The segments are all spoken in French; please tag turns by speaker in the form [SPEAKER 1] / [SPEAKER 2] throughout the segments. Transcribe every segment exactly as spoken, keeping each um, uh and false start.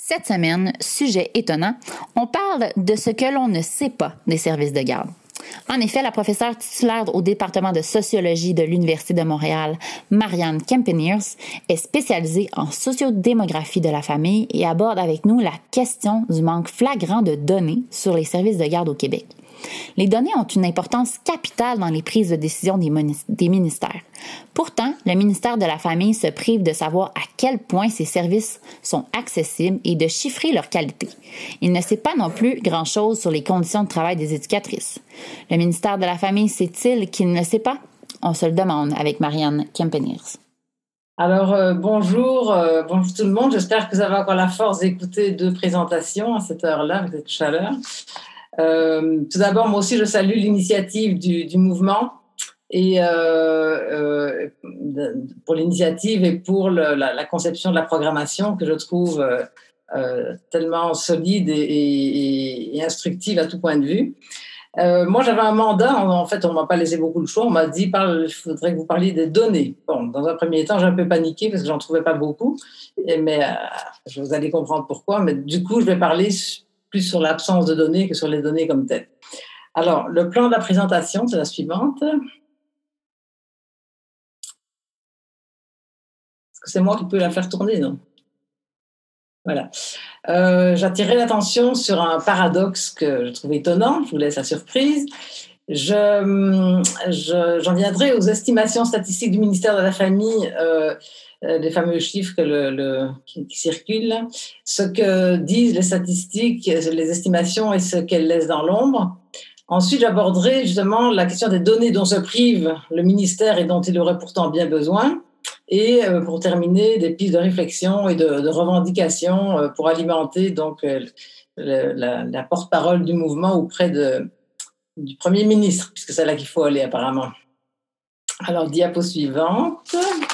[SPEAKER 1] Cette semaine, sujet étonnant, on parle de ce que l'on ne sait pas des services de garde. En effet, la professeure titulaire au département de sociologie de l'Université de Montréal, Marianne Kempeneers, est spécialisée en sociodémographie de la famille et aborde avec nous la question du manque flagrant de données sur les services de garde au Québec. Les données ont une importance capitale dans les prises de décision des, moni- des ministères. Pourtant, le ministère de la Famille se prive de savoir à quel point ces services sont accessibles et de chiffrer leur qualité. Il ne sait pas non plus grand-chose sur les conditions de travail des éducatrices. Le ministère de la Famille sait-il qu'il ne sait pas? On se le demande avec Marianne Kempeneers.
[SPEAKER 2] Alors, euh, bonjour, euh, bonjour tout le monde. J'espère que vous avez encore la force d'écouter deux présentations à cette heure-là, avec cette chaleur. Euh, tout d'abord, moi aussi, je salue l'initiative du, du mouvement et euh, euh, de, pour l'initiative et pour le, la, la conception de la programmation que je trouve euh, euh, tellement solide et, et, et instructive à tout point de vue. Euh, moi, j'avais un mandat. En fait, on m'a pas laissé beaucoup de choix. On m'a dit, parle, il faudrait que vous parliez des données. Bon, dans un premier temps, j'ai un peu paniqué parce que j'en trouvais pas beaucoup. Et, mais euh, vous allez comprendre pourquoi. Mais du coup, je vais parler plus sur l'absence de données que sur les données comme telles. Alors, le plan de la présentation, c'est la suivante. Est-ce que c'est moi qui peux la faire tourner, non? Voilà. Euh, j'attirais l'attention sur un paradoxe que je trouve étonnant. Je vous laisse la surprise. Je, je, j'en viendrai aux estimations statistiques du ministère de la Famille, euh, les fameux chiffres que le, le, qui, qui circulent, ce que disent les statistiques, les estimations et ce qu'elles laissent dans l'ombre. Ensuite, j'aborderai justement la question des données dont se prive le ministère et dont il aurait pourtant bien besoin. Et euh, pour terminer, des pistes de réflexion et de, de revendication euh, pour alimenter donc euh, le, la, la porte-parole du mouvement auprès de, du Premier ministre, puisque c'est là qu'il faut aller apparemment. Alors, diapo suivante.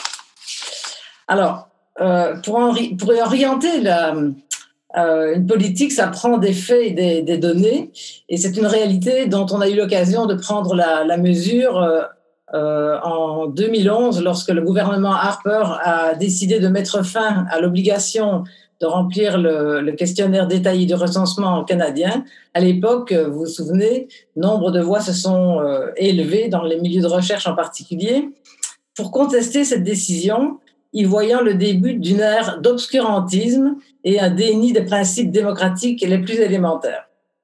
[SPEAKER 2] Alors, euh, pour, en, pour orienter la, euh, une politique, ça prend des faits et des, des données, et c'est une réalité dont on a eu l'occasion de prendre la, la mesure euh, euh, en deux mille onze, lorsque le gouvernement Harper a décidé de mettre fin à l'obligation de remplir le, le questionnaire détaillé du recensement canadien. À l'époque, vous vous souvenez, nombre de voix se sont euh, élevées dans les milieux de recherche en particulier pour contester cette décision, y voyant le début d'une ère d'obscurantisme et un déni des principes démocratiques les plus élémentaires.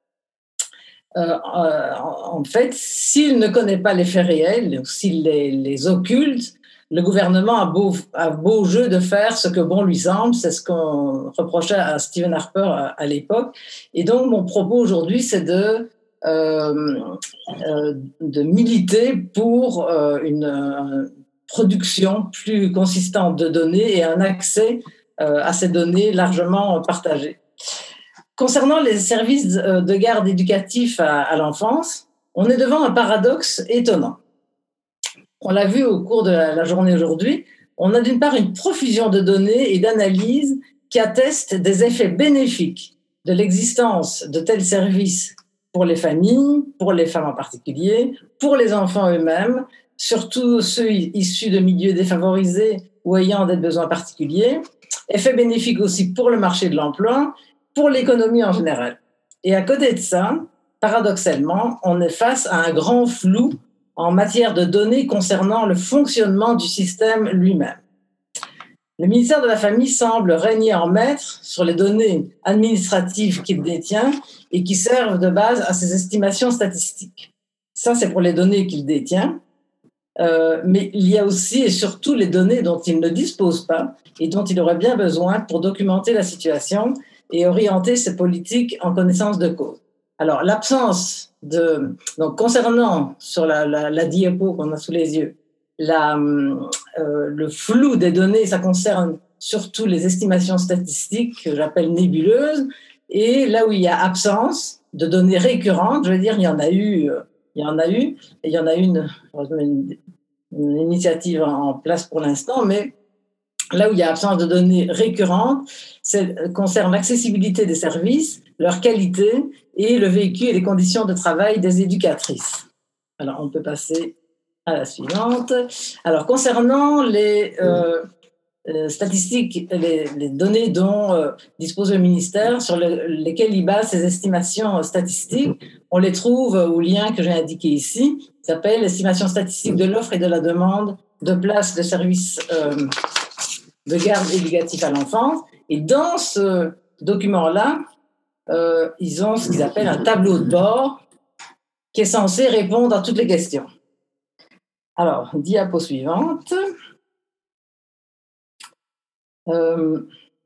[SPEAKER 2] Euh, euh, en fait, s'il ne connaît pas les faits réels, ou s'il les, les occulte, le gouvernement a beau, a beau jeu de faire ce que bon lui semble. C'est ce qu'on reprochait à Stephen Harper à, à l'époque. Et donc, mon propos aujourd'hui, c'est de, euh, euh, de militer pour euh, une euh, production plus consistante de données et un accès euh, à ces données largement partagées. Concernant les services de garde éducatifs à, à l'enfance, on est devant un paradoxe étonnant. On l'a vu au cours de la, la journée aujourd'hui, on a d'une part une profusion de données et d'analyses qui attestent des effets bénéfiques de l'existence de tels services pour les familles, pour les femmes en particulier, pour les enfants eux-mêmes, surtout ceux issus de milieux défavorisés ou ayant des besoins particuliers, effets bénéfiques aussi pour le marché de l'emploi, pour l'économie en général. Et à côté de ça, paradoxalement, on est face à un grand flou en matière de données concernant le fonctionnement du système lui-même. Le ministère de la Famille semble régner en maître sur les données administratives qu'il détient et qui servent de base à ses estimations statistiques. Ça, c'est pour les données qu'il détient. Euh, mais il y a aussi et surtout les données dont il ne dispose pas et dont il aurait bien besoin pour documenter la situation et orienter ses politiques en connaissance de cause. Alors, l'absence de... Donc, concernant, sur la, la, la diapo qu'on a sous les yeux, la, euh, le flou des données, ça concerne surtout les estimations statistiques que j'appelle nébuleuses, et là où il y a absence de données récurrentes, je veux dire, il y en a eu, il y en a eu, et il y en a une, une, une initiative en place pour l'instant, mais là où il y a absence de données récurrentes, c'est concerne l'accessibilité des services, leur qualité et le vécu et les conditions de travail des éducatrices. Alors, on peut passer à la suivante. Alors, concernant les, euh, euh, statistiques, les, les données dont euh, dispose le ministère, sur le, lesquelles il base ses estimations statistiques, on les trouve au lien que j'ai indiqué ici, qui s'appelle l'estimation statistique de l'offre et de la demande de places de services euh, de garde éducatif à l'enfance. Et dans ce document-là, euh, ils ont ce qu'ils appellent un tableau de bord qui est censé répondre à toutes les questions. Alors, diapo suivante. Euh,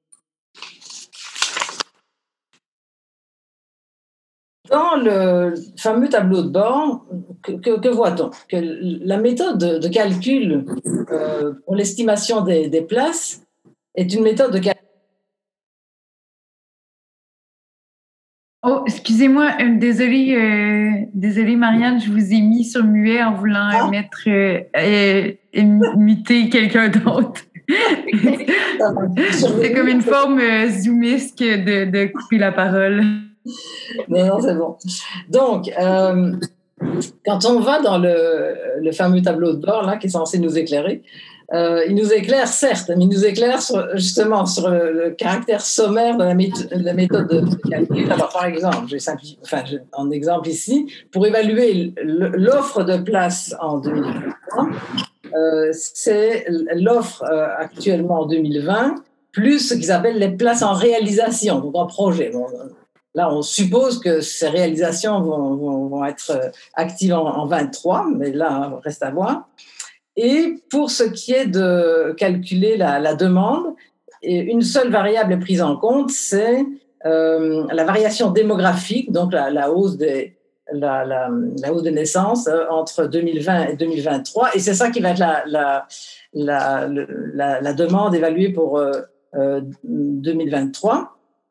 [SPEAKER 2] dans le fameux tableau de bord, que, que, que voit-on? Que la méthode de, de calcul euh, pour l'estimation des, des places est une méthode de calcul.
[SPEAKER 3] Oh, excusez-moi, euh, désolée, euh, désolée Marianne, je vous ai mis sur muet en voulant ah. mettre euh, euh, muter quelqu'un d'autre. C'est comme une forme euh, zoomisque de, de couper la parole.
[SPEAKER 2] Non, non, c'est bon. Donc, euh, quand on va dans le, le fameux tableau de bord là, qui est censé nous éclairer, euh, il nous éclaire, certes, mais il nous éclaire sur, justement sur le, le caractère sommaire de la, méthode de, la méthode de calcul. Alors, par exemple, j'ai simplifié, enfin, j'ai un exemple ici, pour évaluer l'offre de place en deux mille vingt-trois, euh, c'est l'offre euh, actuellement en deux mille vingt, plus ce qu'ils appellent les places en réalisation, donc en projet. Bon, là, on suppose que ces réalisations vont, vont, vont être actives en, en vingt-trois, mais là, reste à voir. Et pour ce qui est de calculer la, la demande, une seule variable est prise en compte, c'est euh, la variation démographique, donc la, la, hausse des, la, la, la hausse des naissances euh, entre deux mille vingt et deux mille vingt-trois. Et c'est ça qui va être la, la, la, la, la demande évaluée pour euh, euh, deux mille vingt-trois.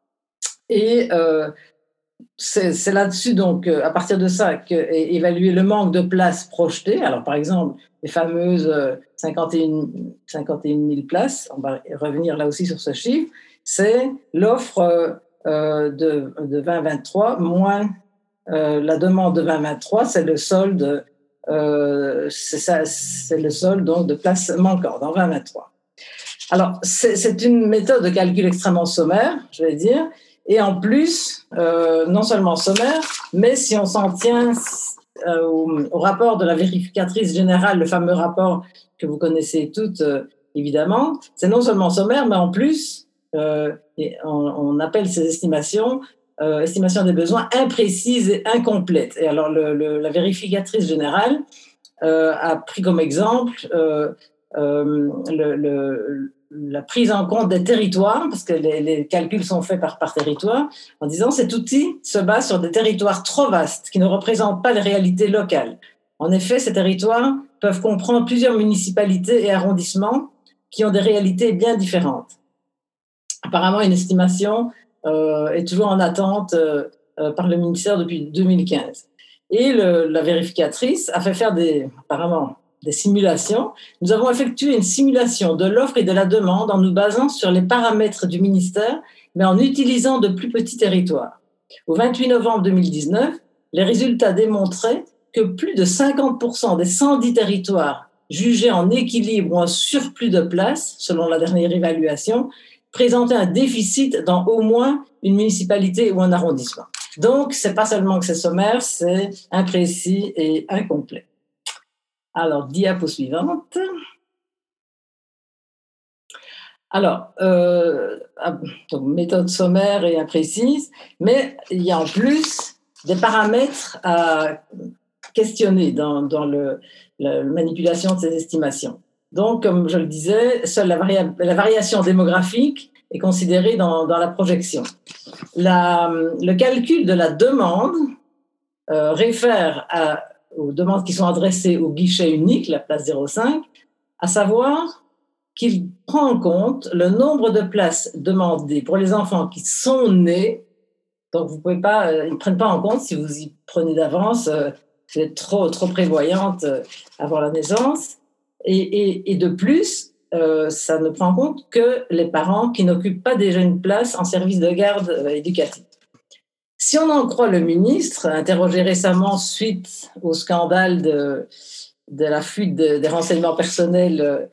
[SPEAKER 2] Et euh, c'est, c'est là-dessus, donc, à partir de ça, qu'est évalué le manque de places projetées. Alors, par exemple, les fameuses cinquante et une mille places, on va revenir là aussi sur ce chiffre, c'est l'offre euh, de, de vingt vingt-trois moins euh, la demande de vingt vingt-trois, c'est le solde, euh, c'est, ça, c'est le solde donc, de places manquantes en vingt vingt-trois. Alors, c'est, c'est une méthode de calcul extrêmement sommaire, je vais dire, et en plus, euh, non seulement sommaire, mais si on s'en tient euh, au, au rapport de la vérificatrice générale, le fameux rapport que vous connaissez toutes, euh, évidemment, c'est non seulement sommaire, mais en plus, euh, et on, on appelle ces estimations euh, estimations des besoins imprécises et incomplètes. Et alors, le, le, la vérificatrice générale euh, a pris comme exemple euh, euh, le, le la prise en compte des territoires, parce que les, les calculs sont faits par, par territoire, en disant cet outil se base sur des territoires trop vastes qui ne représentent pas les réalités locales. En effet, ces territoires peuvent comprendre plusieurs municipalités et arrondissements qui ont des réalités bien différentes. Apparemment, une estimation euh, est toujours en attente euh, euh, par le ministère depuis deux mille quinze. Et le, la vérificatrice a fait faire des, apparemment, des simulations. Nous avons effectué une simulation de l'offre et de la demande en nous basant sur les paramètres du ministère, mais en utilisant de plus petits territoires. Au vingt-huit novembre deux mille dix-neuf, les résultats démontraient que plus de cinquante pour cent des cent dix territoires jugés en équilibre ou en surplus de places, selon la dernière évaluation, présentaient un déficit dans au moins une municipalité ou un arrondissement. Donc, ce n'est pas seulement que c'est sommaire, c'est imprécis et incomplet. Alors, diapo suivante. Alors, euh, donc, méthode sommaire et imprécise, mais il y a en plus des paramètres à questionner dans, dans le, la manipulation de ces estimations. Donc, comme je le disais, seule la, varia- la variation démographique est considérée dans, dans la projection. La, le calcul de la demande euh, réfère à aux demandes qui sont adressées au guichet unique, la place zéro cinq, à savoir qu'il prend en compte le nombre de places demandées pour les enfants qui sont nés. Donc, vous pouvez pas, euh, ils ne prennent pas en compte, si vous y prenez d'avance, euh, vous êtes trop, trop prévoyante euh, avant la naissance. Et, et, et de plus, euh, ça ne prend en compte que les parents qui n'occupent pas déjà une place en service de garde euh, éducatif. Si on en croit le ministre, interrogé récemment suite au scandale de, de la fuite de, des renseignements personnels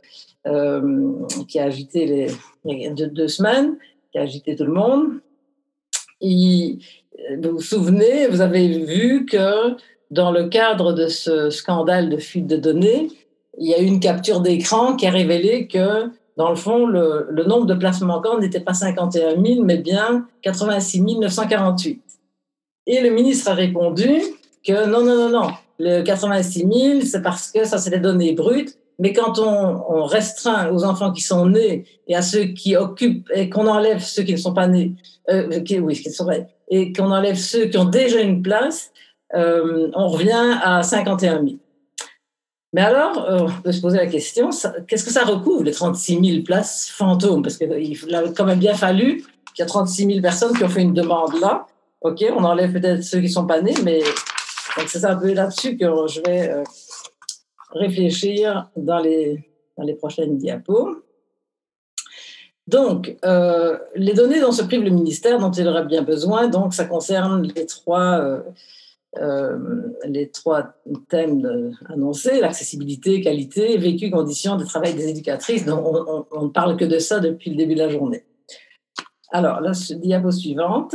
[SPEAKER 2] euh, qui a agité les, les deux, deux semaines, qui a agité tout le monde. Il, vous vous souvenez, vous avez vu que dans le cadre de ce scandale de fuite de données, il y a eu une capture d'écran qui a révélé que, dans le fond, le, le nombre de places manquantes n'était pas cinquante et un mille, mais bien quatre-vingt-six mille neuf cent quarante-huit. Et le ministre a répondu que non, non, non, non, le quatre-vingt-six mille, c'est parce que ça, c'est des données brutes, mais quand on, on restreint aux enfants qui sont nés et à ceux qui occupent, et qu'on enlève ceux qui ne sont pas nés, euh, qui, oui, qui sont vrais, et qu'on enlève ceux qui ont déjà une place, euh, on revient à cinquante et un mille. Mais alors, euh, on peut se poser la question, ça, qu'est-ce que ça recouvre, les trente-six mille places fantômes? Parce qu'il a quand même bien fallu qu'il y a trente-six mille personnes qui ont fait une demande là. OK, on enlève peut-être ceux qui ne sont pas nés, mais donc c'est un peu là-dessus que je vais euh, réfléchir dans les, dans les prochaines diapos. Donc, euh, les données dont se prive le ministère, dont il aura bien besoin, donc ça concerne les trois... Euh, Euh, les trois thèmes annoncés, l'accessibilité, qualité, vécu, conditions de travail des éducatrices, dont on, on, on ne parle que de ça depuis le début de la journée. Alors, la diapo suivante.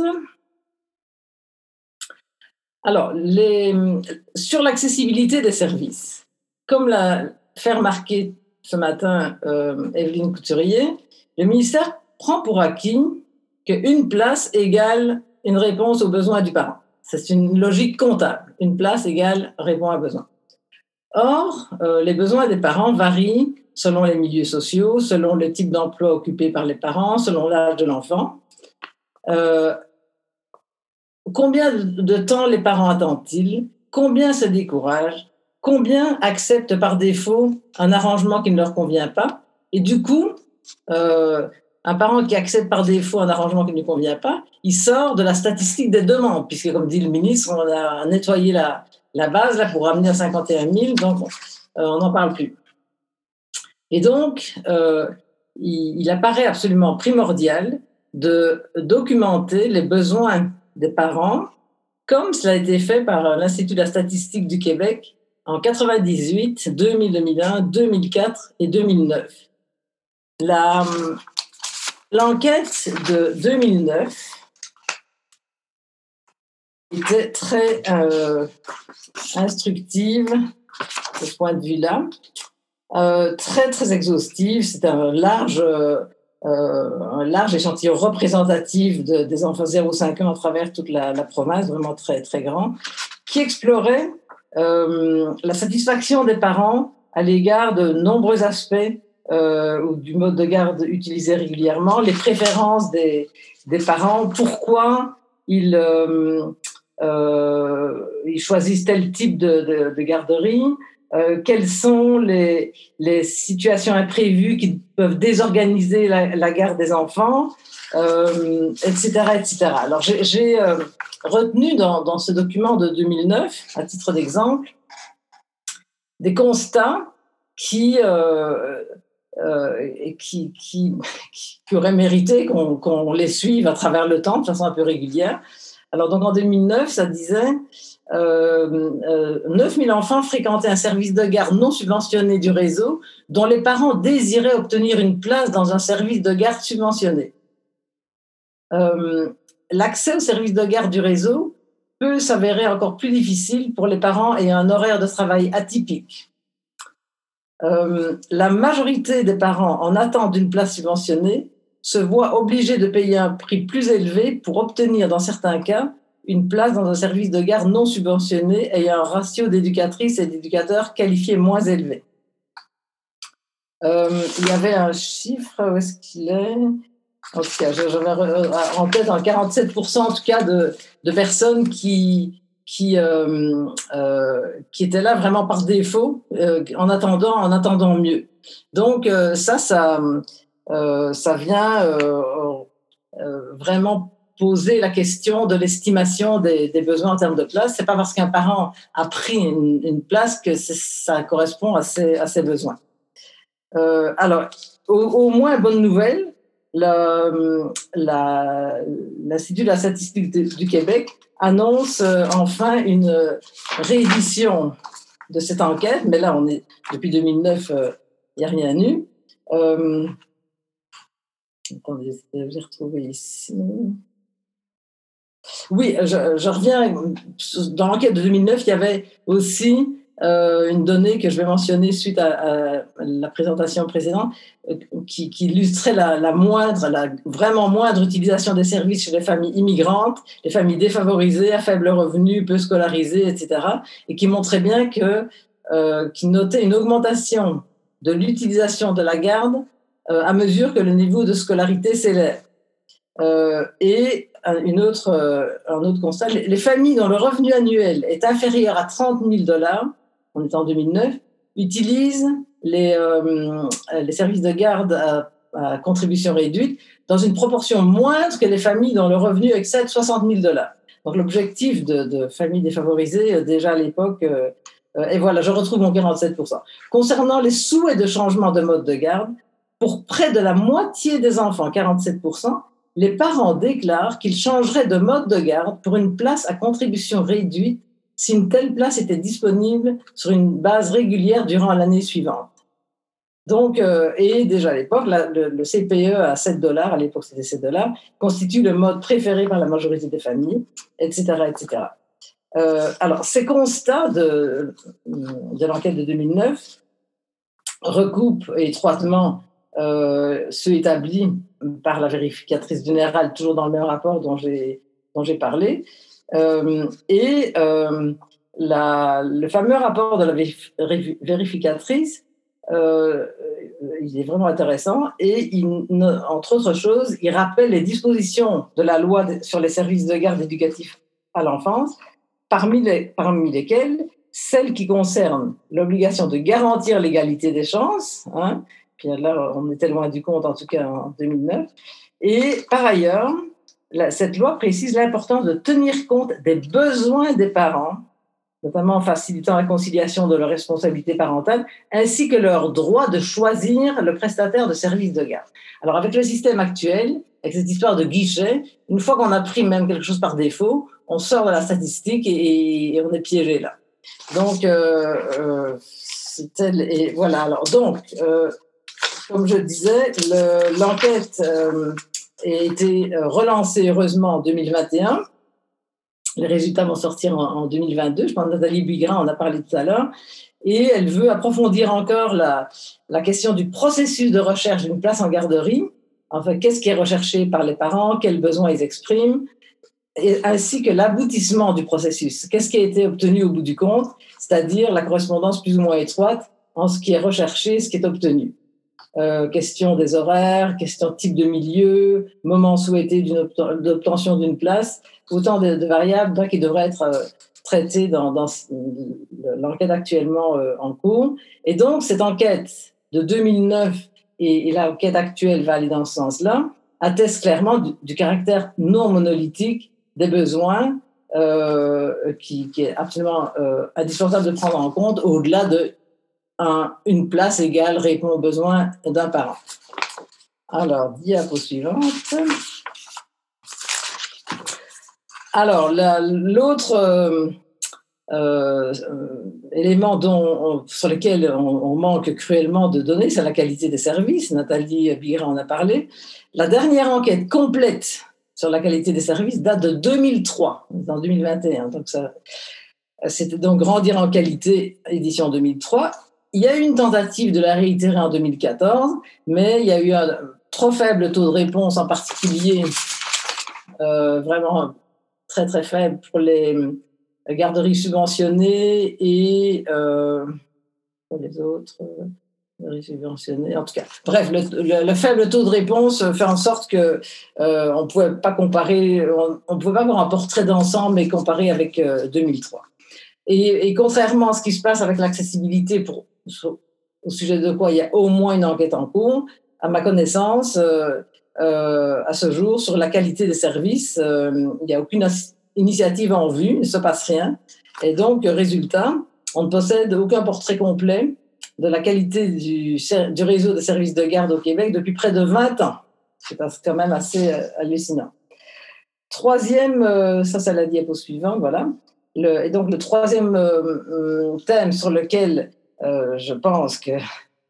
[SPEAKER 2] Alors, les, sur l'accessibilité des services, comme l'a fait remarquer ce matin euh, Evelyne Couturier, le ministère prend pour acquis qu'une place égale une réponse aux besoins du parent. C'est une logique comptable. Une place égale répond à besoin. Or, euh, les besoins des parents varient selon les milieux sociaux, selon le type d'emploi occupé par les parents, selon l'âge de l'enfant. Euh, combien de temps les parents attendent-ils? Combien se découragent? Combien acceptent par défaut un arrangement qui ne leur convient pas? Et du coup, euh, un parent qui accepte par défaut un arrangement qui ne lui convient pas, il sort de la statistique des demandes, puisque, comme dit le ministre, on a nettoyé la, la base là, pour ramener à cinquante et un mille, donc euh, on n'en parle plus. Et donc, euh, il, il apparaît absolument primordial de documenter les besoins des parents, comme cela a été fait par l'Institut de la statistique du Québec en quatre-vingt-dix-huit, deux mille, deux mille un, deux mille quatre et deux mille neuf. La... L'enquête de deux mille neuf était très euh, instructive de ce point de vue-là, euh, très très exhaustive. C'était un large, euh, un large échantillon représentatif de, des enfants zéro à cinq ans à travers toute la, la province, vraiment très très grand, qui explorait euh, la satisfaction des parents à l'égard de nombreux aspects Euh, ou du mode de garde utilisé régulièrement, les préférences des, des parents, pourquoi ils, euh, euh, ils choisissent tel type de, de, de garderie, euh, quelles sont les, les situations imprévues qui peuvent désorganiser la, la garde des enfants, euh, et cetera, et cetera. Alors, j'ai, j'ai euh, retenu dans, dans ce document de deux mille neuf, à titre d'exemple, des constats qui... Euh, Euh, et qui, qui, qui auraient mérité qu'on, qu'on les suive à travers le temps de façon un peu régulière. Alors, donc en deux mille neuf, ça disait euh, euh, neuf mille enfants fréquentaient un service de garde non subventionné du réseau dont les parents désiraient obtenir une place dans un service de garde subventionné. Euh, l'accès au service de garde du réseau peut s'avérer encore plus difficile pour les parents ayant un horaire de travail atypique. Euh, la majorité des parents en attente d'une place subventionnée se voient obligés de payer un prix plus élevé pour obtenir, dans certains cas, une place dans un service de garde non subventionné ayant un ratio d'éducatrices et d'éducateurs qualifiés moins élevé. Euh, il y avait un chiffre, où est-ce qu'il est? En tout cas, j'avais en tête en quarante-sept pour cent en tout cas de, de personnes qui... Qui, euh, euh, qui étaient là vraiment par défaut, euh, en attendant, en attendant mieux. Donc euh, ça, ça, euh, ça vient euh, euh, vraiment poser la question de l'estimation des, des besoins en termes de place. C'est pas parce qu'un parent a pris une, une place que ça correspond à ses, à ses besoins. Euh, alors, au, au moins, bonne nouvelle, la, la, l'Institut de la statistique de, du Québec annonce euh, enfin une réédition de cette enquête, mais là, on est, depuis deux mille neuf, il euh, n'y a rien eu. Euh, attendez, j'ai retrouvé ici. Oui, je, je reviens. Dans l'enquête de deux mille neuf, il y avait aussi euh, une donnée que je vais mentionner suite à, à la présentation précédente, euh, qui, qui illustrait la, la moindre, la vraiment moindre utilisation des services chez les familles immigrantes, les familles défavorisées, à faible revenu, peu scolarisées, et cetera, et qui montrait bien que, euh, qui notait une augmentation de l'utilisation de la garde euh, à mesure que le niveau de scolarité s'élève. Euh, et une autre, euh, un autre constat, les, les familles dont le revenu annuel est inférieur à trente mille dollars, on est en deux mille neuf, utilisent les, euh, les services de garde à, à contribution réduite dans une proportion moindre que les familles dont le revenu excède soixante mille dollars. Donc l'objectif de, de familles défavorisées, déjà à l'époque, euh, euh, et voilà, je retrouve mon quarante-sept pour cent. Concernant les souhaits de changement de mode de garde, pour près de la moitié des enfants, quarante-sept pour cent, les parents déclarent qu'ils changeraient de mode de garde pour une place à contribution réduite si une telle place était disponible sur une base régulière durant l'année suivante. Donc, euh, et déjà à l'époque, la, le, le C P E à sept dollars, à l'époque c'était sept dollars, constitue le mode préféré par la majorité des familles, et cetera, et cetera. Euh, alors, ces constats de, de l'enquête de deux mille neuf recoupent étroitement euh, ceux établis par la vérificatrice générale, toujours dans le même rapport dont j'ai, dont j'ai parlé. Euh, et euh, la, le fameux rapport de la vérificatrice, euh, il est vraiment intéressant et il, entre autres choses, il rappelle les dispositions de la loi sur les services de garde éducatifs à l'enfance, parmi, les, parmi lesquelles celles qui concernent l'obligation de garantir l'égalité des chances, hein, puis là, on était loin du compte, en tout cas en deux mille neuf. Et par ailleurs, la, cette loi précise l'importance de tenir compte des besoins des parents, notamment en facilitant la conciliation de leurs responsabilités parentales, ainsi que leur droit de choisir le prestataire de services de garde. Alors, avec le système actuel, avec cette histoire de guichet, une fois qu'on a pris même quelque chose par défaut, on sort de la statistique et, et on est piégé là. Donc, euh, euh, c'était, et voilà. Alors, donc, euh, comme je disais, le, l'enquête euh, a été relancée heureusement en deux mille vingt et un. Les résultats vont sortir en, en deux mille vingt-deux. Je pense que Nathalie Bigrin en a parlé tout à l'heure. Et elle veut approfondir encore la, la question du processus de recherche d'une place en garderie. Enfin, qu'est-ce qui est recherché par les parents, quels besoins ils expriment, et, ainsi que l'aboutissement du processus. Qu'est-ce qui a été obtenu au bout du compte, c'est-à-dire la correspondance plus ou moins étroite en ce qui est recherché et ce qui est obtenu. Euh, question des horaires, question de type de milieu, moment souhaité d'une obt- d'obtention d'une place, autant de, de variables donc, qui devraient être euh, traitées dans, dans l'enquête actuellement euh, en cours. Et donc, cette enquête de deux mille neuf et, et l'enquête actuelle va aller dans ce sens-là, atteste clairement du, du caractère non monolithique des besoins euh, qui, qui est absolument euh, indispensable de prendre en compte au-delà de Un, une place égale répond aux besoins d'un parent. Alors, diapo suivante. Alors, la, l'autre euh, euh, élément dont on, sur lequel on, on manque cruellement de données, c'est la qualité des services. Nathalie Bigrin en a parlé. La dernière enquête complète sur la qualité des services date de deux mille trois, en deux mille vingt et un. Donc ça, c'était donc Grandir en qualité, édition deux mille trois. Il y a eu une tentative de la réitérer en deux mille quatorze, mais il y a eu un trop faible taux de réponse, en particulier euh, vraiment très très faible pour les garderies subventionnées et euh, pour les autres euh, garderies subventionnées. En tout cas, bref, le, le, le faible taux de réponse fait en sorte que euh, on pouvait pas comparer, on ne pouvait pas avoir un portrait d'ensemble et comparer avec euh, deux mille trois. Et, et contrairement à ce qui se passe avec l'accessibilité, pour, au sujet de quoi il y a au moins une enquête en cours, à ma connaissance, euh, euh, à ce jour, sur la qualité des services, euh, il n'y a aucune as- initiative en vue, il ne se passe rien. Et donc, résultat, on ne possède aucun portrait complet de la qualité du, du réseau de services de garde au Québec depuis près de vingt ans. C'est quand même assez euh, hallucinant. Troisième, euh, ça c'est la diapo suivante, voilà. Le, et donc, le troisième euh, thème sur lequel euh, je pense que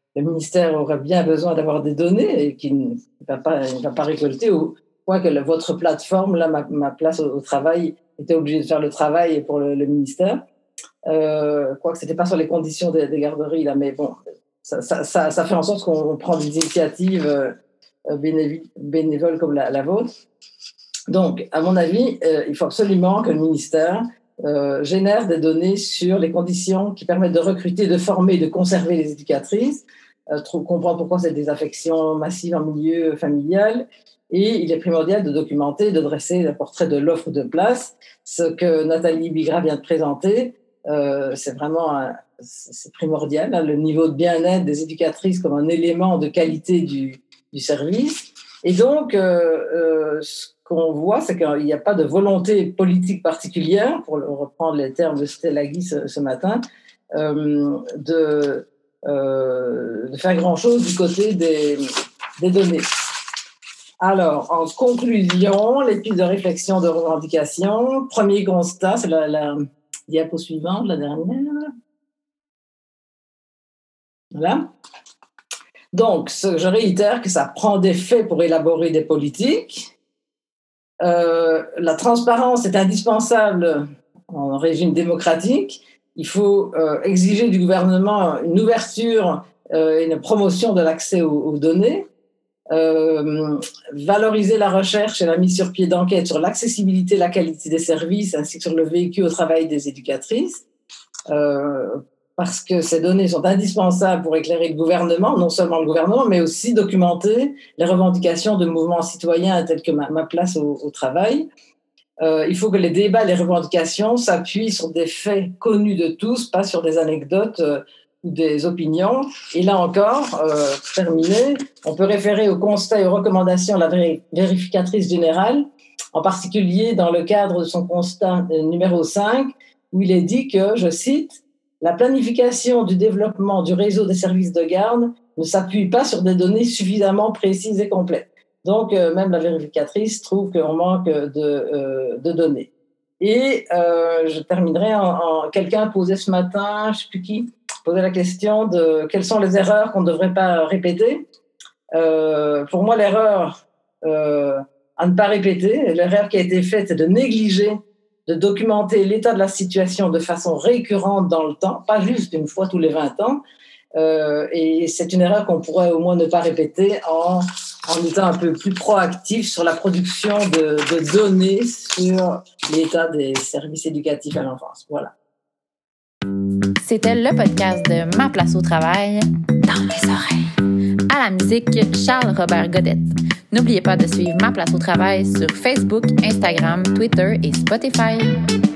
[SPEAKER 2] le ministère aurait bien besoin d'avoir des données et qu'il ne va pas, il ne va pas récolter, au point que le, votre plateforme, là, ma, ma place au, au travail, était obligée de faire le travail pour le, le ministère. Euh, quoique ce n'était pas sur les conditions des, des garderies, là, mais bon, ça, ça, ça, ça fait en sorte qu'on prend des initiatives euh, bénév- bénévoles comme la, la vôtre. Donc, à mon avis, euh, il faut absolument que le ministère euh, génère des données sur les conditions qui permettent de recruter, de former, de conserver les éducatrices, euh, comprendre pourquoi cette désaffection massive en milieu familial. Et il est primordial de documenter, de dresser le portrait de l'offre de place. Ce que Nathalie Bigra vient de présenter, euh, c'est vraiment un, c'est primordial, hein, le niveau de bien-être des éducatrices comme un élément de qualité du, du service. Et donc, euh, euh, ce qu'on voit, c'est qu'il n'y a pas de volonté politique particulière, pour reprendre les termes de Stella Guy ce, ce matin, euh, de, euh, de faire grand-chose du côté des, des données. Alors, en conclusion, les pistes de réflexion, de revendication. Premier constat, c'est la, la diapo suivante, la dernière. Voilà. Donc, je réitère que ça prend des faits pour élaborer des politiques. Euh, la transparence est indispensable en régime démocratique. Il faut euh, exiger du gouvernement une ouverture euh, et une promotion de l'accès aux, aux données. Euh, valoriser la recherche et la mise sur pied d'enquêtes sur l'accessibilité et la qualité des services, ainsi que sur le vécu au travail des éducatrices, euh, parce que ces données sont indispensables pour éclairer le gouvernement, non seulement le gouvernement, mais aussi documenter les revendications de mouvements citoyens tels que ma, ma place au, au travail. Euh, il faut que les débats et les revendications s'appuient sur des faits connus de tous, pas sur des anecdotes euh, ou des opinions. Et là encore, euh, pour terminer, on peut référer aux constats et aux recommandations de la vé- vérificatrice générale, en particulier dans le cadre de son constat numéro cinq, où il est dit que, je cite, « La planification du développement du réseau des services de garde ne s'appuie pas sur des données suffisamment précises et complètes. » Donc, euh, même la vérificatrice trouve qu'on manque de, euh, de données. Et euh, je terminerai en, en... Quelqu'un posait ce matin, je ne sais plus qui, posait la question de quelles sont les erreurs qu'on ne devrait pas répéter. Euh, pour moi, l'erreur euh, à ne pas répéter, l'erreur qui a été faite, c'est de négliger, de documenter l'état de la situation de façon récurrente dans le temps, pas juste une fois tous les vingt ans. Euh, et c'est une erreur qu'on pourrait au moins ne pas répéter en, en étant un peu plus proactif sur la production de, de données sur l'état des services éducatifs à l'enfance. Voilà.
[SPEAKER 1] C'était le podcast de Ma place au travail dans mes oreilles. À la musique, Charles-Robert Godette. N'oubliez pas de suivre Ma place au travail sur Facebook, Instagram, Twitter et Spotify.